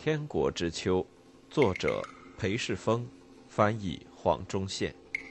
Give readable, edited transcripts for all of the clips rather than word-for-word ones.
天国之秋》，作者裴世峰，翻译黄忠宪。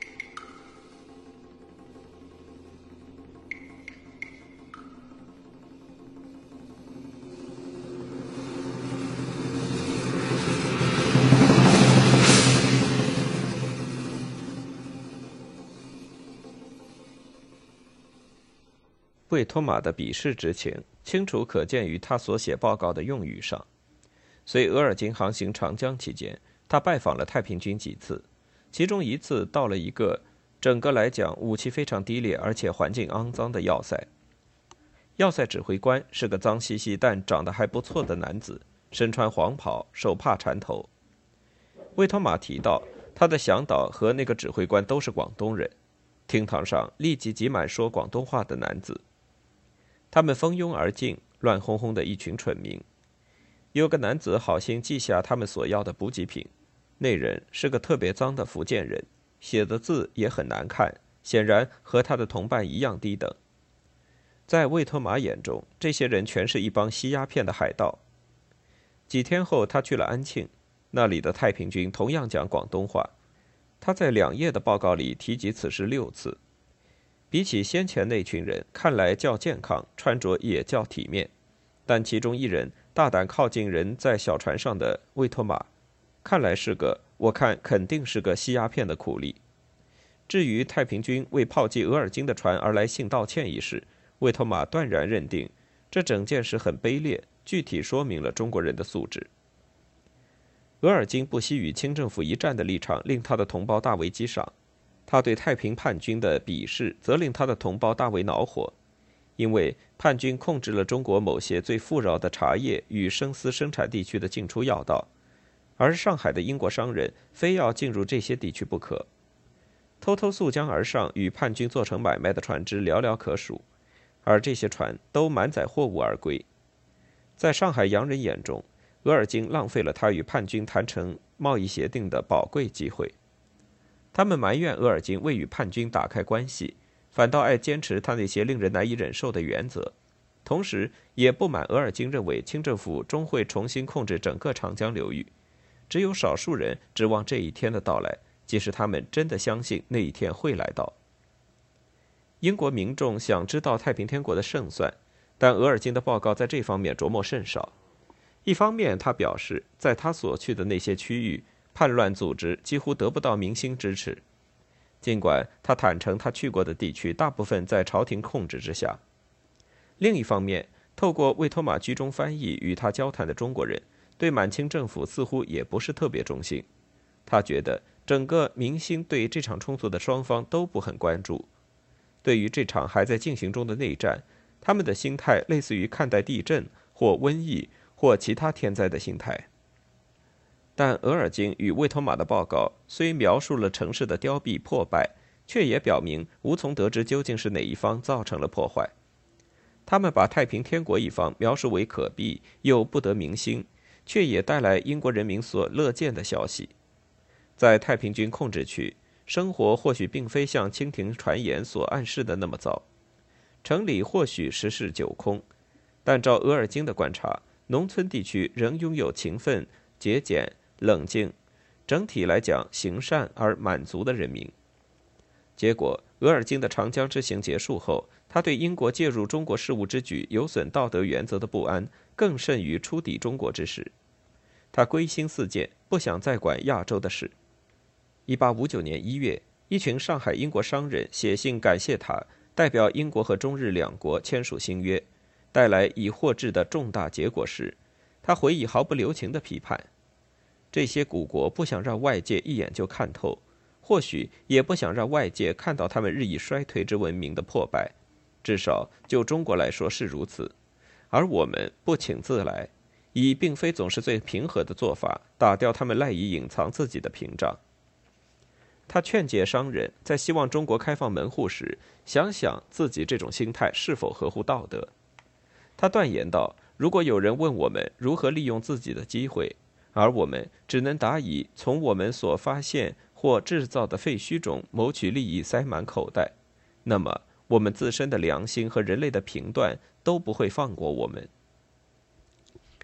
魏托马的鄙视之情清楚可见于他所写报告的用语上。随额尔金航行长江期间，他拜访了太平军几次，其中一次到了一个整个来讲武器非常低劣而且环境肮脏的要塞。要塞指挥官是个脏兮兮但长得还不错的男子，身穿黄袍，手帕缠头。魏托马提到，他的向导和那个指挥官都是广东人，厅堂上立即挤满说广东话的男子。他们蜂拥而进，乱哄哄的一群蠢民。有个男子好心记下他们所要的补给品，那人是个特别脏的福建人，写的字也很难看，显然和他的同伴一样低等。在魏托马眼中，这些人全是一帮吸鸦片的海盗。几天后，他去了安庆，那里的太平军同样讲广东话。他在2页的报告里提及此事6次。比起先前那群人，看来较健康，穿着也较体面，但其中一人大胆靠近人在小船上的魏托马，看来我看肯定是个吸鸦片的苦力。至于太平军为炮击额尔金的船而来信道歉一事，魏托马断然认定这整件事很卑劣，具体说明了中国人的素质。额尔金不惜与清政府一战的立场令他的同胞大为激赏，他对太平叛军的鄙视则令他的同胞大为恼火，因为叛军控制了中国某些最富饶的茶叶与生丝生产地区的进出要道，而上海的英国商人非要进入这些地区不可。偷偷溯江而上与叛军做成买卖的船只寥寥可数，而这些船都满载货物而归。在上海洋人眼中，额尔金浪费了他与叛军谈成贸易协定的宝贵机会。他们埋怨额尔金未与叛军打开关系，反倒爱坚持他那些令人难以忍受的原则，同时也不满额尔金认为清政府终会重新控制整个长江流域。只有少数人指望这一天的到来，即使他们真的相信那一天会来到。英国民众想知道太平天国的胜算，但额尔金的报告在这方面着墨甚少。一方面，他表示在他所去的那些区域，叛乱组织几乎得不到民心支持，尽管他坦诚他去过的地区大部分在朝廷控制之下。另一方面，透过魏托马居中翻译与他交谈的中国人，对满清政府似乎也不是特别忠心。他觉得整个民心对这场冲突的双方都不很关注。对于这场还在进行中的内战，他们的心态类似于看待地震或瘟疫或其他天灾的心态。但额尔金与魏托马的报告虽描述了城市的凋敝破败，却也表明无从得知究竟是哪一方造成了破坏。他们把太平天国一方描述为可避又不得民心，却也带来英国人民所乐见的消息。在太平军控制区，生活或许并非像清廷传言所暗示的那么糟，城里或许十室九空，但照额尔金的观察，农村地区仍拥有勤奋、节俭、冷静，整体来讲行善而满足的人民。结果，额尔金的长江之行结束后，他对英国介入中国事务之举有损道德原则的不安，更甚于出抵中国之时。他归心似箭，不想再管亚洲的事。1859年1月，一群上海英国商人写信感谢他，代表英国和中日2国签署新约，带来已获致的重大结果时，他回忆毫不留情地批判，这些古国不想让外界一眼就看透，或许也不想让外界看到他们日益衰退之文明的破败，至少就中国来说是如此。而我们不请自来，以并非总是最平和的做法打掉他们赖以隐藏自己的屏障。他劝诫商人在希望中国开放门户时，想想自己这种心态是否合乎道德。他断言道，如果有人问我们如何利用自己的机会，而我们只能答以从我们所发现或制造的废墟中谋取利益塞满口袋，那么我们自身的良心和人类的评断都不会放过我们。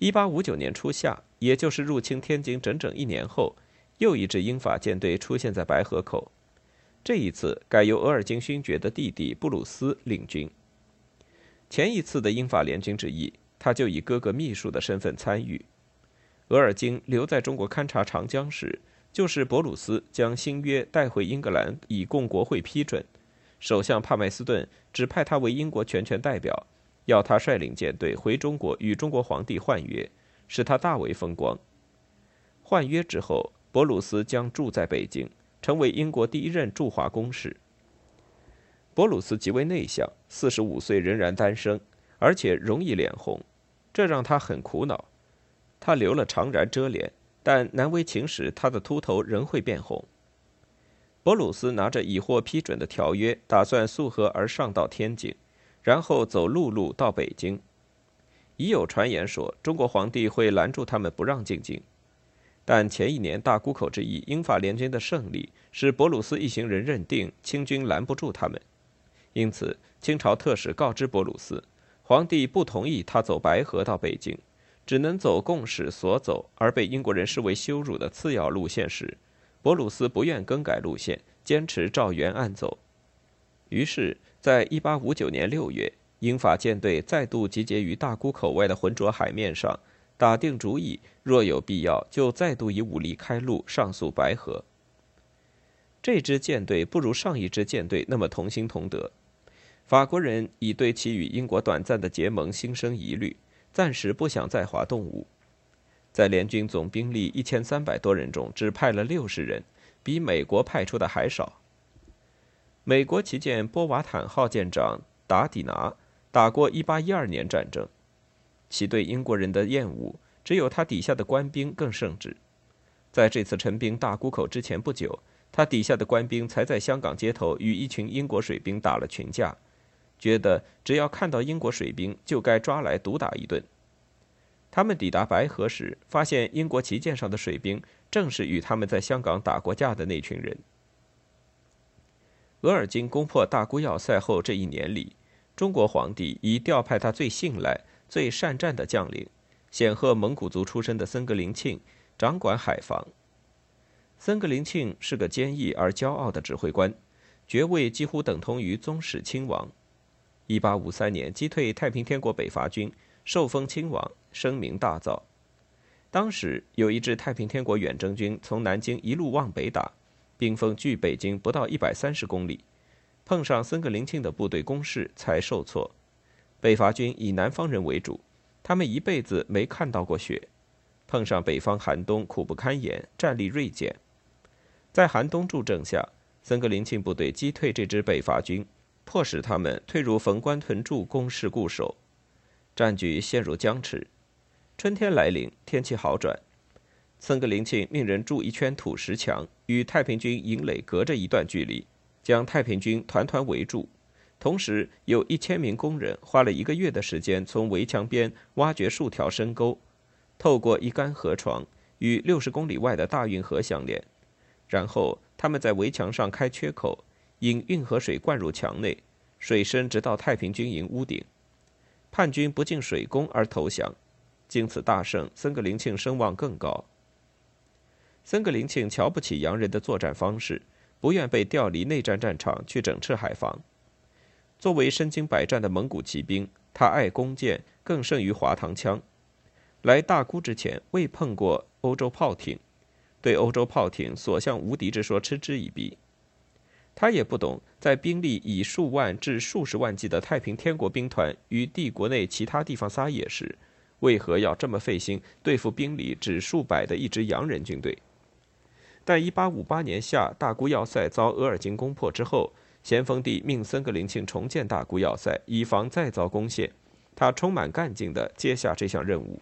1859年初夏，也就是入侵天津整整1年后，又一支英法舰队出现在白河口。这一次改由额尔金勋爵的弟弟布鲁斯领军。前一次的英法联军之役，他就以哥哥秘书的身份参与。额尔金留在中国勘察长江时，就是博鲁斯将新约带回英格兰以供国会批准。首相帕麦斯顿指派他为英国全权代表，要他率领舰队回中国与中国皇帝换约，使他大为风光。换约之后，博鲁斯将住在北京，成为英国第一任驻华公使。博鲁斯极为内向，45岁仍然单身，而且容易脸红，这让他很苦恼。他留了长髯遮脸，但难为情时，他的秃头仍会变红。博鲁斯拿着已获批准的条约，打算溯河而上到天津，然后走陆路到北京。已有传言说，中国皇帝会拦住他们不让进京。但前一年大沽口之役，英法联军的胜利使博鲁斯一行人认定清军拦不住他们，因此清朝特使告知博鲁斯，皇帝不同意他走白河到北京，只能走共使所走而被英国人视为羞辱的次要路线时，博鲁斯不愿更改路线，坚持照原案走。于是，在1859年6月，英法舰队再度集结于大沽口外的浑浊海面上，打定主意，若有必要，就再度以武力开路上溯白河。这支舰队不如上一支舰队那么同心同德，法国人已对其与英国短暂的结盟心生疑虑，暂时不想再划动武。在联军总兵力1300多人中，只派了60人，比美国派出的还少。美国旗舰波瓦坦号舰长达底拿打过1812年战争，其对英国人的厌恶，只有他底下的官兵更甚至。在这次陈兵大沽口之前不久，他底下的官兵才在香港街头与一群英国水兵打了群架，觉得只要看到英国水兵，就该抓来毒打一顿。他们抵达白河时，发现英国旗舰上的水兵正是与他们在香港打过架的那群人。额尔金攻破大沽要塞后这1年里，中国皇帝已调派他最信赖、最善战的将领，显赫蒙古族出身的森格林沁掌管海防。森格林沁是个坚毅而骄傲的指挥官，爵位几乎等同于宗室亲王。1853年击退太平天国北伐军，受封亲王，声名大噪。当时有一支太平天国远征军从南京一路往北打，兵锋距北京不到130公里，碰上森格林沁的部队攻势才受挫。北伐军以南方人为主，他们一辈子没看到过雪，碰上北方寒冬，苦不堪言，战力锐减。在寒冬助阵下，森格林沁部队击退这支北伐军，迫使他们退入冯官屯驻工事固守，战局陷入僵持。春天来临，天气好转，森格林沁命人筑一圈土石墙，与太平军营垒隔着一段距离，将太平军团团围住。同时，有1000名工人花了1个月的时间，从围墙边挖掘数条深沟，透过一干河床与60公里外的大运河相连。然后，他们在围墙上开缺口，引运河水灌入墙内，水深直到太平军营屋顶。叛军不进水攻而投降，经此大胜，森格林沁声望更高。森格林沁瞧不起洋人的作战方式，不愿被调离内战战场去整治海防。作为身经百战的蒙古骑兵，他爱弓箭更胜于滑膛枪。来大沽之前未碰过欧洲炮艇，对欧洲炮艇所向无敌之说嗤之以鼻。他也不懂，在兵力以数万至数十万计的太平天国兵团与帝国内其他地方撒野时，为何要这么费心对付兵力只数百的一支洋人军队。但1858年夏大沽要塞遭额尔金攻破之后，咸丰帝命森格林沁重建大沽要塞，以防再遭攻陷。他充满干劲地接下这项任务。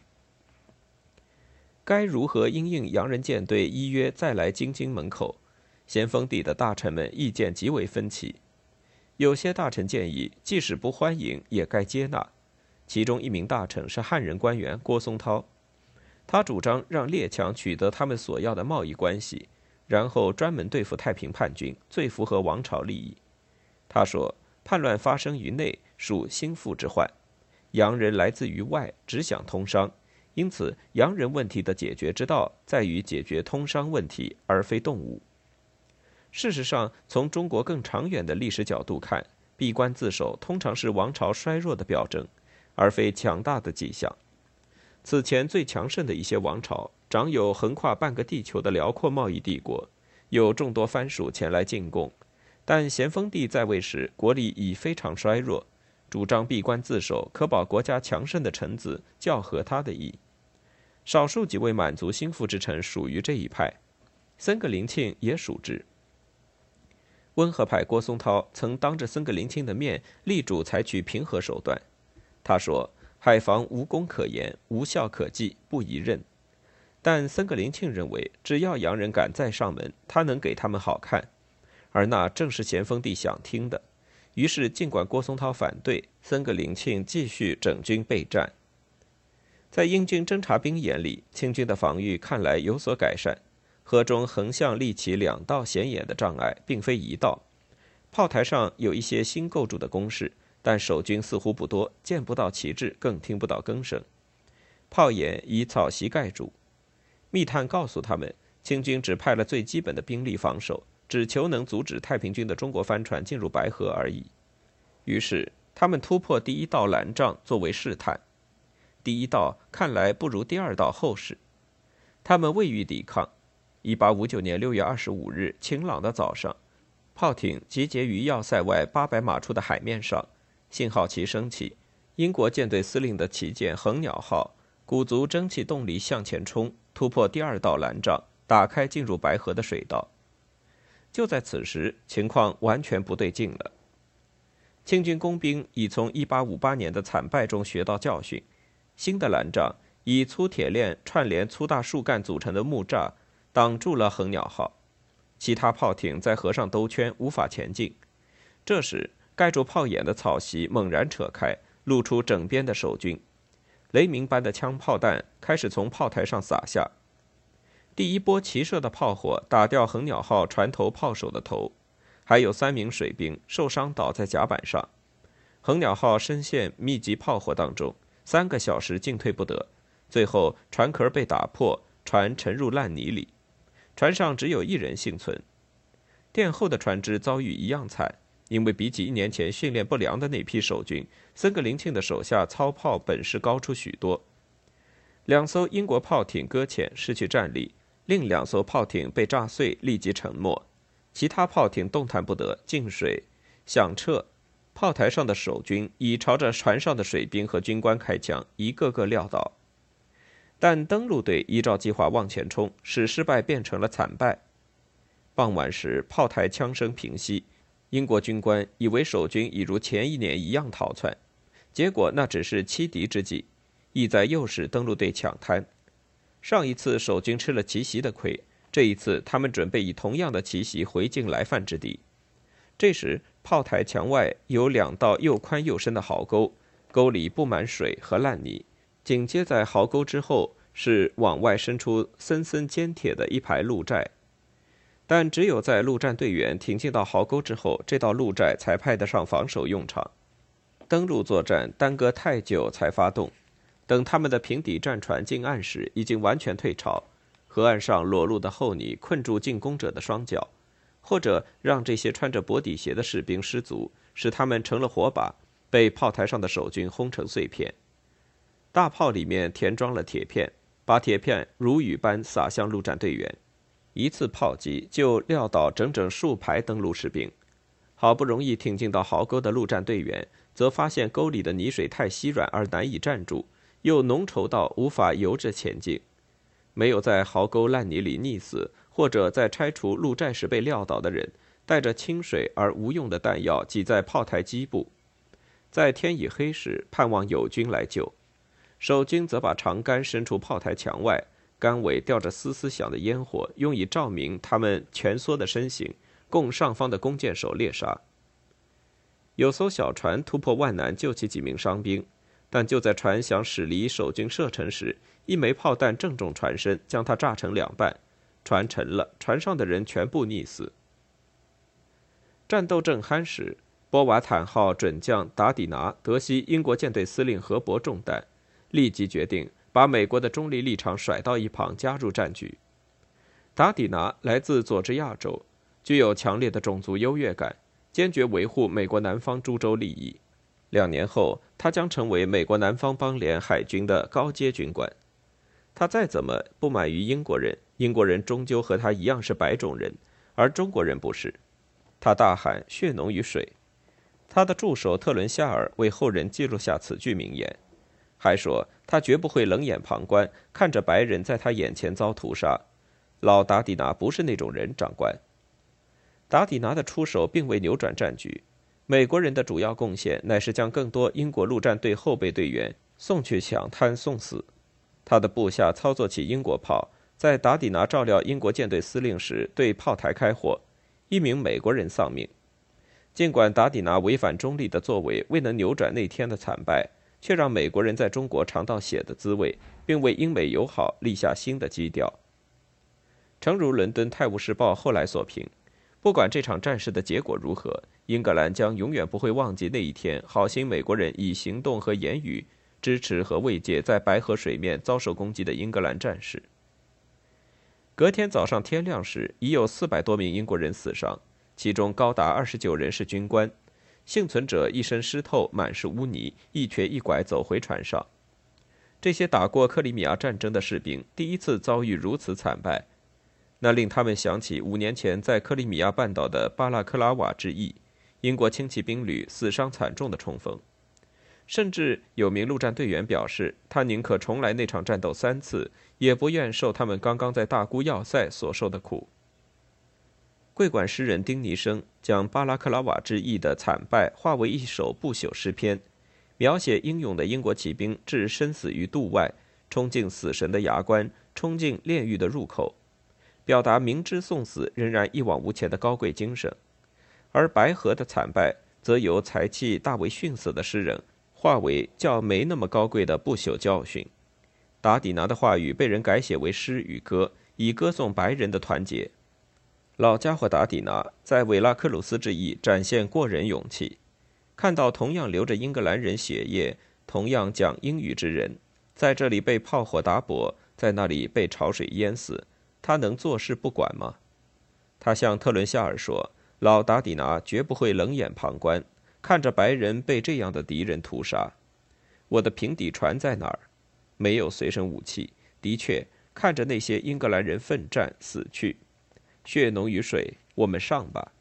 该如何因应洋人舰队依约再来京津门口，咸丰帝的大臣们意见极为分歧。有些大臣建议，即使不欢迎，也该接纳。其中一名大臣是汉人官员郭松涛，他主张让列强取得他们所要的贸易关系，然后专门对付太平叛军，最符合王朝利益。他说，叛乱发生于内，属心腹之患；洋人来自于外，只想通商， 因此，洋人问题的解决之道在于解决通商问题，而非动武。事实上，从中国更长远的历史角度看，闭关自守通常是王朝衰弱的表征，而非强大的迹象。此前最强盛的一些王朝，掌有横跨半个地球的辽阔贸易帝国，有众多藩属前来进贡。但咸丰帝在位时，国力已非常衰弱，主张闭关自守、可保国家强盛的臣子较合他的意。少数几位满族心腹之臣属于这一派，森格林沁也属之。温和派郭松涛曾当着森格林沁的面力主采取平和手段。他说：“海防无功可言，无效可计，不宜任。”但森格林沁认为，只要洋人敢再上门，他能给他们好看，而那正是咸丰帝想听的。于是，尽管郭松涛反对，森格林沁继续整军备战。在英军侦察兵眼里，清军的防御看来有所改善。河中横向立起2道显眼的障碍，并非1道。炮台上有一些新构筑的工事，但守军似乎不多，见不到旗帜，更听不到更声。炮眼以草席盖住。密探告诉他们，清军只派了最基本的兵力防守，只求能阻止太平军的中国帆船进入白河而已。于是，他们突破第1道拦障作为试探。第1道看来不如第2道厚实，他们未予抵抗。1859年6月25日晴朗的早上，炮艇集结于要塞外800码处的海面上，信号旗升起，英国舰队司令的旗舰恒鸟号鼓足蒸汽动力向前冲，突破第2道拦障，打开进入白河的水道。就在此时，情况完全不对劲了。清军工兵已从1858年的惨败中学到教训，新的拦障以粗铁链串联粗大树干组成的木栅挡住了恒鸟号，其他炮艇在河上兜圈，无法前进。这时，盖住炮眼的草席猛然扯开，露出整编的守军。雷鸣般的枪炮弹开始从炮台上洒下。第1波齐射的炮火打掉恒鸟号船头炮手的头，还有3名水兵受伤倒在甲板上。恒鸟号深陷密集炮火当中，3个小时进退不得，最后船壳被打破，船沉入烂泥里。船上只有1人幸存。殿后的船只遭遇一样惨，因为比起1年前训练不良的那批守军，森格林沁的手下操炮本事高出许多。2艘英国炮艇搁浅失去战力，另2艘炮艇被炸碎，立即沉没。其他炮艇动弹不得，进水响彻。炮台上的守军已朝着船上的水兵和军官开枪，一个个撂倒。但登陆队依照计划往前冲，使失败变成了惨败。傍晚时，炮台枪声平息，英国军官以为守军已如前1年一样逃窜，结果那只是欺敌之计，意在诱使登陆队抢滩。上一次守军吃了奇袭的亏，这一次他们准备以同样的奇袭回敬来犯之敌。这时，炮台墙外有2道又宽又深的壕沟，沟里布满水和烂泥。紧接在壕沟之后是往外伸出森森坚铁的一排路寨，但只有在陆战队员挺进到壕沟之后，这道路寨才派得上防守用场。登陆作战耽搁太久才发动，等他们的平底战船进岸时，已经完全退潮，河岸上裸露的厚泥困住进攻者的双脚，或者让这些穿着薄底鞋的士兵失足，使他们成了火把，被炮台上的守军轰成碎片。大炮里面填装了铁片，把铁片如雨般洒向陆战队员，一次炮击就撂倒整整数排登陆士兵。好不容易挺进到壕沟的陆战队员，则发现沟里的泥水太稀软而难以站住，又浓稠到无法游着前进。没有在壕沟烂泥里溺死，或者在拆除路寨时被撂倒的人，带着清水而无用的弹药挤在炮台基部，在天已黑时盼望友军来救。守军则把长杆伸出炮台墙外，杆尾吊着嘶嘶响的烟火，用以照明他们蜷缩的身形，供上方的弓箭手猎杀。有艘小船突破万难救起几名伤兵，但就在船想驶离守军射程时，一枚炮弹正中船身，将它炸成2半，船沉了，船上的人全部溺死。战斗正酣时，波瓦坦号准将达底拿得悉英国舰队司令河伯中弹，立即决定把美国的中立立场甩到一旁，加入战局。达底拿来自佐治亚州，具有强烈的种族优越感，坚决维护美国南方诸州利益。2年后，他将成为美国南方邦联海军的高阶军官。他再怎么不满于英国人，英国人终究和他一样是白种人，而中国人不是。他大喊血浓于水。他的助手特伦夏尔为后人记录下此句名言，还说他绝不会冷眼旁观，看着白人在他眼前遭屠杀。老达底拿不是那种人，长官。达底拿的出手并未扭转战局，美国人的主要贡献乃是将更多英国陆战队后备队员送去抢滩送死。他的部下操作起英国炮，在达底拿照料英国舰队司令时对炮台开火，1名美国人丧命。尽管达底拿违反中立的作为未能扭转那天的惨败，却让美国人在中国尝到血的滋味，并为英美友好立下新的基调。诚如伦敦《泰晤士报》后来所评，不管这场战事的结果如何，英格兰将永远不会忘记那一天好心美国人以行动和言语支持和慰藉在白河水面遭受攻击的英格兰战士。隔天早上天亮时，已有400多名英国人死伤，其中高达29人是军官，幸存者一身湿透，满是污泥，一瘸一拐走回船上。这些打过克里米亚战争的士兵第一次遭遇如此惨败，那令他们想起5年前在克里米亚半岛的巴拉克拉瓦之役，英国轻骑兵旅死伤惨重的冲锋。甚至有名陆战队员表示，他宁可重来那场战斗3次，也不愿受他们刚刚在大沽要塞所受的苦。桂冠诗人丁尼生将巴拉克拉瓦之役的惨败化为一首不朽诗篇，描写英勇的英国骑兵置身死于渡外，冲进死神的牙关，冲进炼狱的入口，表达明知送死仍然一往无前的高贵精神。而白河的惨败则由才气大为逊色的诗人化为较没那么高贵的不朽教训。达底拿的话语被人改写为诗与歌，以歌颂白人的团结。老家伙达底拿在韦拉克鲁斯之役展现过人勇气，看到同样流着英格兰人血液、同样讲英语之人，在这里被炮火打薄，在那里被潮水淹死，他能坐视不管吗？他向特伦夏尔说，老达底拿绝不会冷眼旁观，看着白人被这样的敌人屠杀。我的平底船在哪儿？没有随身武器，的确看着那些英格兰人奋战死去。血浓于水，我们上吧。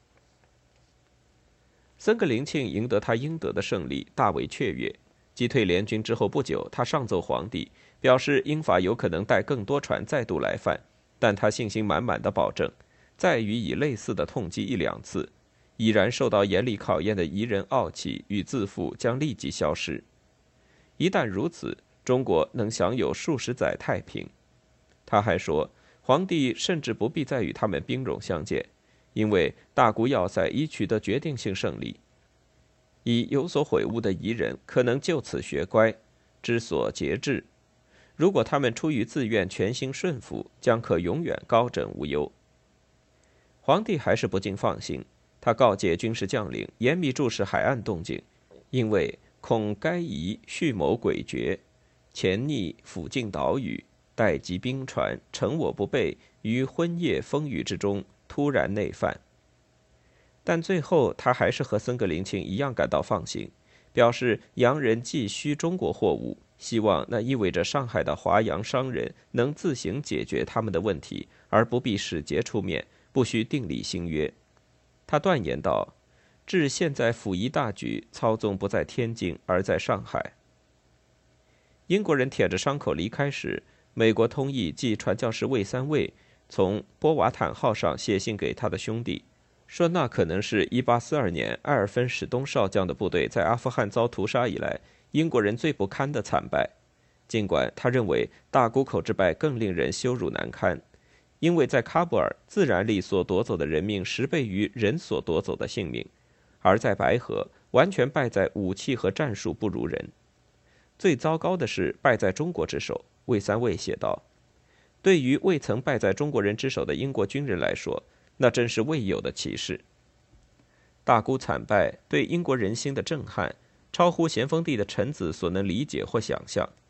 森格林沁赢得他应得的胜利，大为雀跃。击退联军之后不久，他上奏皇帝，表示英法有可能带更多船再度来犯，但他信心满满的保证，再予以类似的痛击1、2次，已然受到严厉考验的夷人傲气与自负将立即消失。一旦如此，中国能享有数十载太平。他还说，皇帝甚至不必再与他们兵戎相见，因为大沽要塞已取得决定性胜利。已有所悔悟的夷人可能就此学乖，知所节制。如果他们出于自愿全心顺服，将可永远高枕无忧。皇帝还是不尽放心，他告诫军事将领严密注视海岸动静，因为恐该夷蓄谋诡谲，潜匿附近岛屿，待及兵船乘我不备，于昏夜风雨之中突然内犯。但最后他还是和森格林沁一样感到放心，表示洋人既需中国货物，希望那意味着上海的华洋商人能自行解决他们的问题，而不必使节出面，不需订立新约。他断言道，至现在溥仪大举操纵不在天津，而在上海。英国人舔着伤口离开时，美国通译即传教士魏三卫从波瓦坦号上写信给他的兄弟，说那可能是1842年埃尔芬史东少将的部队在阿富汗遭屠杀以来，英国人最不堪的惨败。尽管他认为大沽口之败更令人羞辱难堪，因为在喀布尔自然力所夺走的人命10倍于人所夺走的性命，而在白河完全败在武器和战术不如人。最糟糕的是败在中国之手，魏三卫写道。对于未曾败在中国人之手的英国军人来说，那真是未有的奇事。大沽惨败对英国人心的震撼，超乎咸丰帝的臣子所能理解或想象。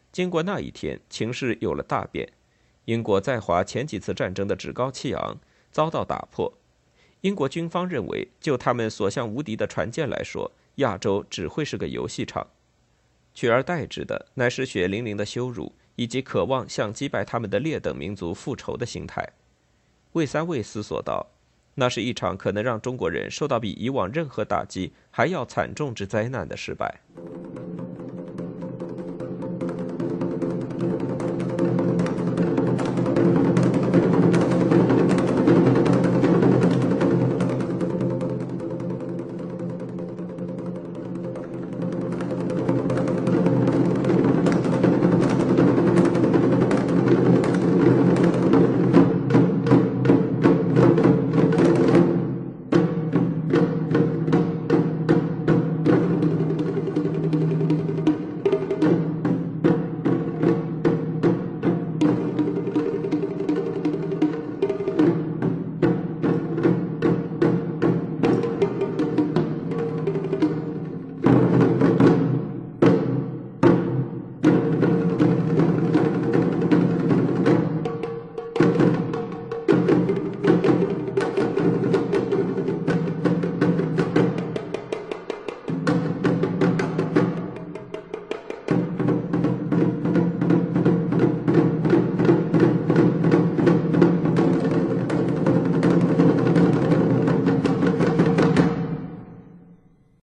经过那一天，情势有了大变。英国在华前几次战争的趾高气昂遭到打破。英国军方认为，就他们所向无敌的船舰来说，亚洲只会是个游戏场，取而代之的乃是血淋淋的羞辱，以及渴望向击败他们的劣等民族复仇的心态。魏三卫思索道，那是一场可能让中国人受到比以往任何打击还要惨重之灾难的失败。